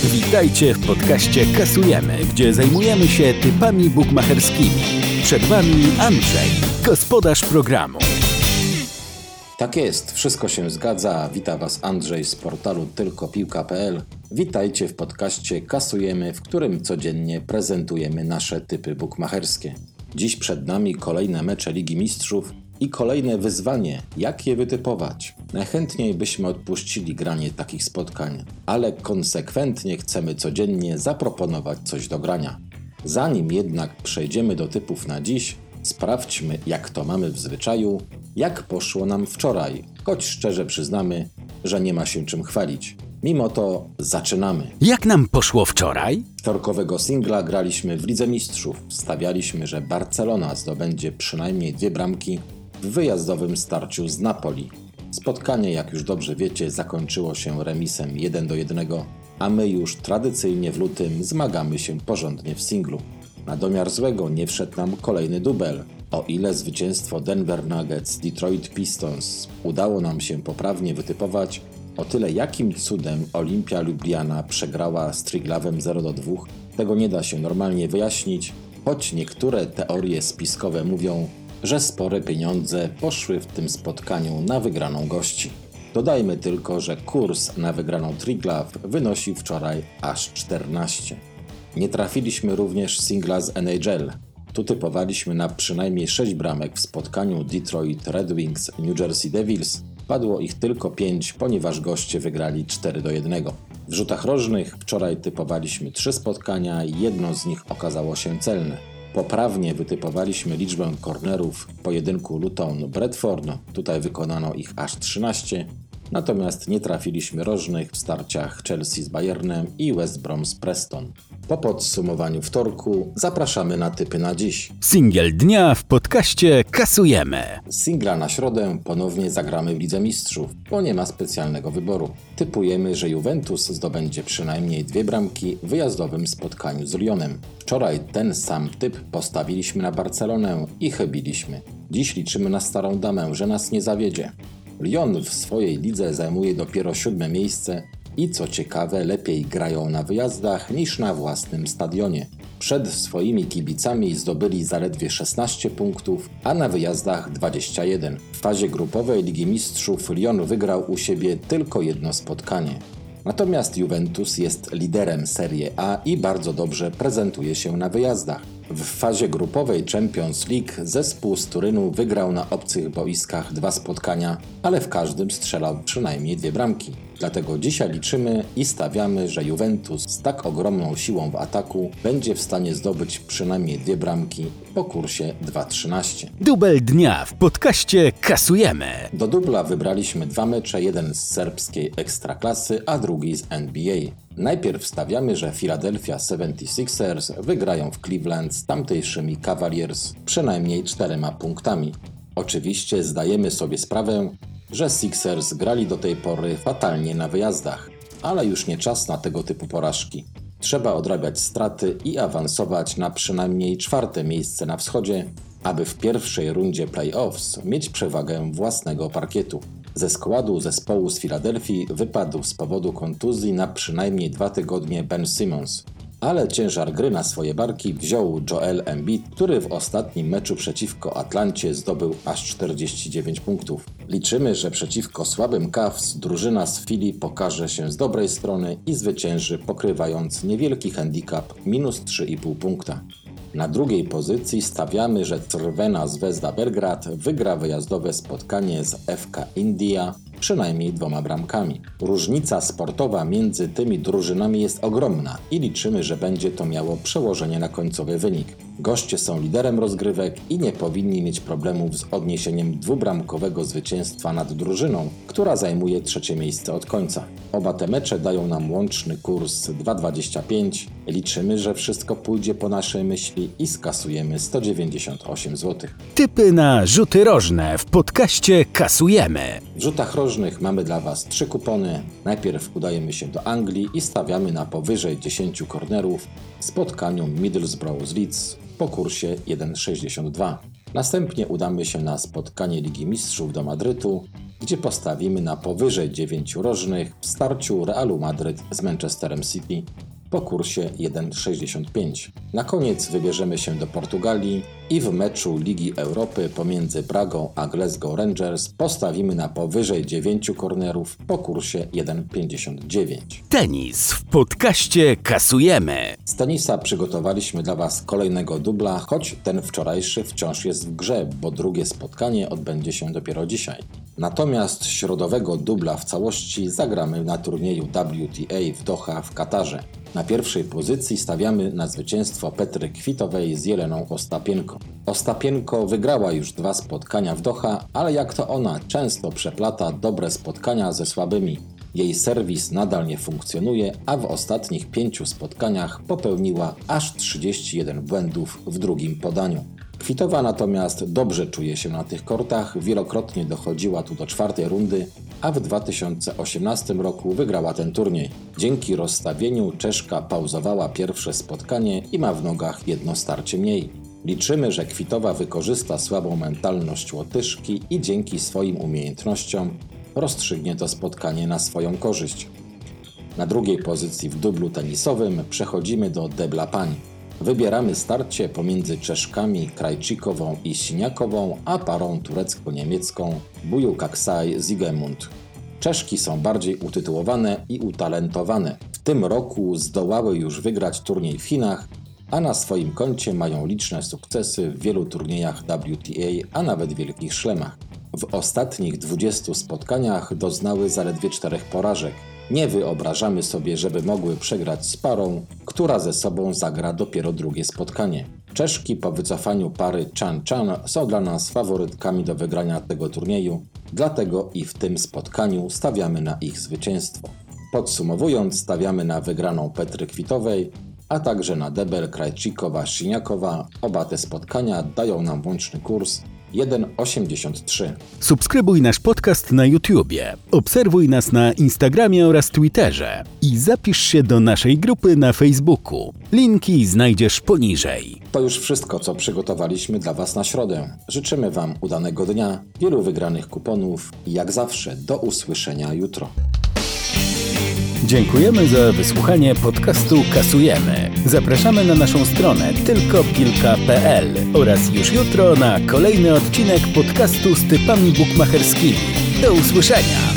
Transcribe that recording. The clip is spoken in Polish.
Witajcie w podcaście Kasujemy, gdzie zajmujemy się typami bukmacherskimi. Przed Wami Andrzej, gospodarz programu. Tak jest, wszystko się zgadza. Wita Was Andrzej z portalu tylkopiłka.pl. Witajcie w podcaście Kasujemy, w którym codziennie prezentujemy nasze typy bukmacherskie. Dziś przed nami kolejne mecze Ligi Mistrzów i kolejne wyzwanie, jak je wytypować. Najchętniej byśmy odpuścili granie takich spotkań, ale konsekwentnie chcemy codziennie zaproponować coś do grania. Zanim jednak przejdziemy do typów na dziś, sprawdźmy, jak to mamy w zwyczaju, jak poszło nam wczoraj, choć szczerze przyznamy, że nie ma się czym chwalić. Mimo to zaczynamy. Jak nam poszło wczoraj? Wtorkowego singla graliśmy w Lidze Mistrzów. Stawialiśmy, że Barcelona zdobędzie przynajmniej 2 bramki w wyjazdowym starciu z Napoli. Spotkanie, jak już dobrze wiecie, zakończyło się remisem 1-1, a my już tradycyjnie w lutym zmagamy się porządnie w singlu. Na domiar złego nie wszedł nam kolejny dubel. O ile zwycięstwo Denver Nuggets Detroit Pistons udało nam się poprawnie wytypować, o tyle jakim cudem Olimpia Lubliana przegrała z Triglavem 0-2, tego nie da się normalnie wyjaśnić, choć niektóre teorie spiskowe mówią, że spore pieniądze poszły w tym spotkaniu na wygraną gości. Dodajmy tylko, że kurs na wygraną Triglav wynosił wczoraj aż 14. Nie trafiliśmy również singla z NHL. Tu typowaliśmy na przynajmniej 6 bramek w spotkaniu Detroit Red Wings New Jersey Devils. Padło ich tylko 5, ponieważ goście wygrali 4-1. W rzutach rożnych wczoraj typowaliśmy 3 spotkania i jedno z nich okazało się celne. Poprawnie wytypowaliśmy liczbę kornerów w pojedynku Luton-Bradford, tutaj wykonano ich aż 13, natomiast nie trafiliśmy rożnych w starciach Chelsea z Bayernem i West Brom z Preston. Po podsumowaniu wtorku zapraszamy na typy na dziś. Singiel dnia w podcaście Kasujemy. Singla na środę ponownie zagramy w Lidze Mistrzów, bo nie ma specjalnego wyboru. Typujemy, że Juventus zdobędzie przynajmniej 2 bramki w wyjazdowym spotkaniu z Lyonem. Wczoraj ten sam typ postawiliśmy na Barcelonę i chybiliśmy. Dziś liczymy na starą damę, że nas nie zawiedzie. Lyon w swojej lidze zajmuje dopiero 7. miejsce i co ciekawe lepiej grają na wyjazdach niż na własnym stadionie. Przed swoimi kibicami zdobyli zaledwie 16 punktów, a na wyjazdach 21. W fazie grupowej Ligi Mistrzów Lyon wygrał u siebie tylko jedno spotkanie. Natomiast Juventus jest liderem Serie A i bardzo dobrze prezentuje się na wyjazdach. W fazie grupowej Champions League zespół z Turynu wygrał na obcych boiskach 2 spotkania, ale w każdym strzelał przynajmniej 2 bramki. Dlatego dzisiaj liczymy i stawiamy, że Juventus z tak ogromną siłą w ataku będzie w stanie zdobyć przynajmniej 2 bramki po kursie 2,13. Dubel dnia w podcaście Kasujemy. Do dubla wybraliśmy 2 mecze, jeden z serbskiej ekstraklasy, a drugi z NBA. Najpierw stawiamy, że Philadelphia 76ers wygrają w Cleveland z tamtejszymi Cavaliers przynajmniej 4 punktami. Oczywiście zdajemy sobie sprawę, że Sixers grali do tej pory fatalnie na wyjazdach, ale już nie czas na tego typu porażki. Trzeba odrabiać straty i awansować na przynajmniej 4. miejsce na wschodzie, aby w pierwszej rundzie playoffs mieć przewagę własnego parkietu. Ze składu zespołu z Filadelfii wypadł z powodu kontuzji na przynajmniej 2 tygodnie Ben Simmons. Ale ciężar gry na swoje barki wziął Joel Embiid, który w ostatnim meczu przeciwko Atlancie zdobył aż 49 punktów. Liczymy, że przeciwko słabym Cavs drużyna z Philly pokaże się z dobrej strony i zwycięży, pokrywając niewielki handicap minus 3,5 punkta. Na drugiej pozycji stawiamy, że Crvena Zvezda Belgrad wygra wyjazdowe spotkanie z FK India przynajmniej 2 bramkami. Różnica sportowa między tymi drużynami jest ogromna i liczymy, że będzie to miało przełożenie na końcowy wynik. Goście są liderem rozgrywek i nie powinni mieć problemów z odniesieniem 2-bramkowego zwycięstwa nad drużyną, która zajmuje 3. miejsce od końca. Oba te mecze dają nam łączny kurs 2,25. Liczymy, że wszystko pójdzie po naszej myśli i skasujemy 198 zł. Typy na rzuty rożne w podcaście Kasujemy. W rzutach rożnych mamy dla Was 3 kupony. Najpierw udajemy się do Anglii i stawiamy na powyżej 10 kornerów w spotkaniu Middlesbrough z Leeds po kursie 1,62. Następnie udamy się na spotkanie Ligi Mistrzów do Madrytu, gdzie postawimy na powyżej 9 rożnych w starciu Realu Madryt z Manchesterem City po kursie 1,65. Na koniec wybierzemy się do Portugalii i w meczu Ligi Europy pomiędzy Bragą a Glasgow Rangers postawimy na powyżej 9 kornerów po kursie 1,59. Tenis w podcaście kasujemy. Z tenisa przygotowaliśmy dla Was kolejnego dubla, choć ten wczorajszy wciąż jest w grze, bo drugie spotkanie odbędzie się dopiero dzisiaj. Natomiast środowego dubla w całości zagramy na turnieju WTA w Doha w Katarze. Na pierwszej pozycji stawiamy na zwycięstwo Petry Kvitowej z Jeleną Ostapienko. Ostapienko wygrała już 2 spotkania w Doha, ale jak to ona często przeplata dobre spotkania ze słabymi. Jej serwis nadal nie funkcjonuje, a w ostatnich 5 spotkaniach popełniła aż 31 błędów w drugim podaniu. Kvitowa natomiast dobrze czuje się na tych kortach, wielokrotnie dochodziła tu do 4. rundy, a w 2018 roku wygrała ten turniej. Dzięki rozstawieniu Czeszka pauzowała pierwsze spotkanie i ma w nogach jedno starcie mniej. Liczymy, że Kvitowa wykorzysta słabą mentalność Łotyszki i dzięki swoim umiejętnościom rozstrzygnie to spotkanie na swoją korzyść. Na drugiej pozycji w dublu tenisowym przechodzimy do Debla Pań. Wybieramy starcie pomiędzy Czeszkami Krajčíkovą i Siniakową, a parą turecko-niemiecką Buyukasai-Ziegemund. Czeszki są bardziej utytułowane i utalentowane. W tym roku zdołały już wygrać turniej w Chinach, a na swoim koncie mają liczne sukcesy w wielu turniejach WTA, a nawet wielkich szlemach. W ostatnich 20 spotkaniach doznały zaledwie 4 porażek. Nie wyobrażamy sobie, żeby mogły przegrać z parą, która ze sobą zagra dopiero drugie spotkanie. Czeszki po wycofaniu pary Chan-Chan są dla nas faworytkami do wygrania tego turnieju, dlatego i w tym spotkaniu stawiamy na ich zwycięstwo. Podsumowując, stawiamy na wygraną Petry Kvitowej, a także na debel Krajčíková-Siniakowa. Oba te spotkania dają nam łączny kurs 1,83. Subskrybuj nasz podcast na YouTubie, obserwuj nas na Instagramie oraz Twitterze i zapisz się do naszej grupy na Facebooku. Linki znajdziesz poniżej. To już wszystko, co przygotowaliśmy dla Was na środę. Życzymy Wam udanego dnia, wielu wygranych kuponów i jak zawsze do usłyszenia jutro. Dziękujemy za wysłuchanie podcastu Kasujemy. Zapraszamy na naszą stronę tylkopilka.pl oraz już jutro na kolejny odcinek podcastu z typami bukmacherskimi. Do usłyszenia!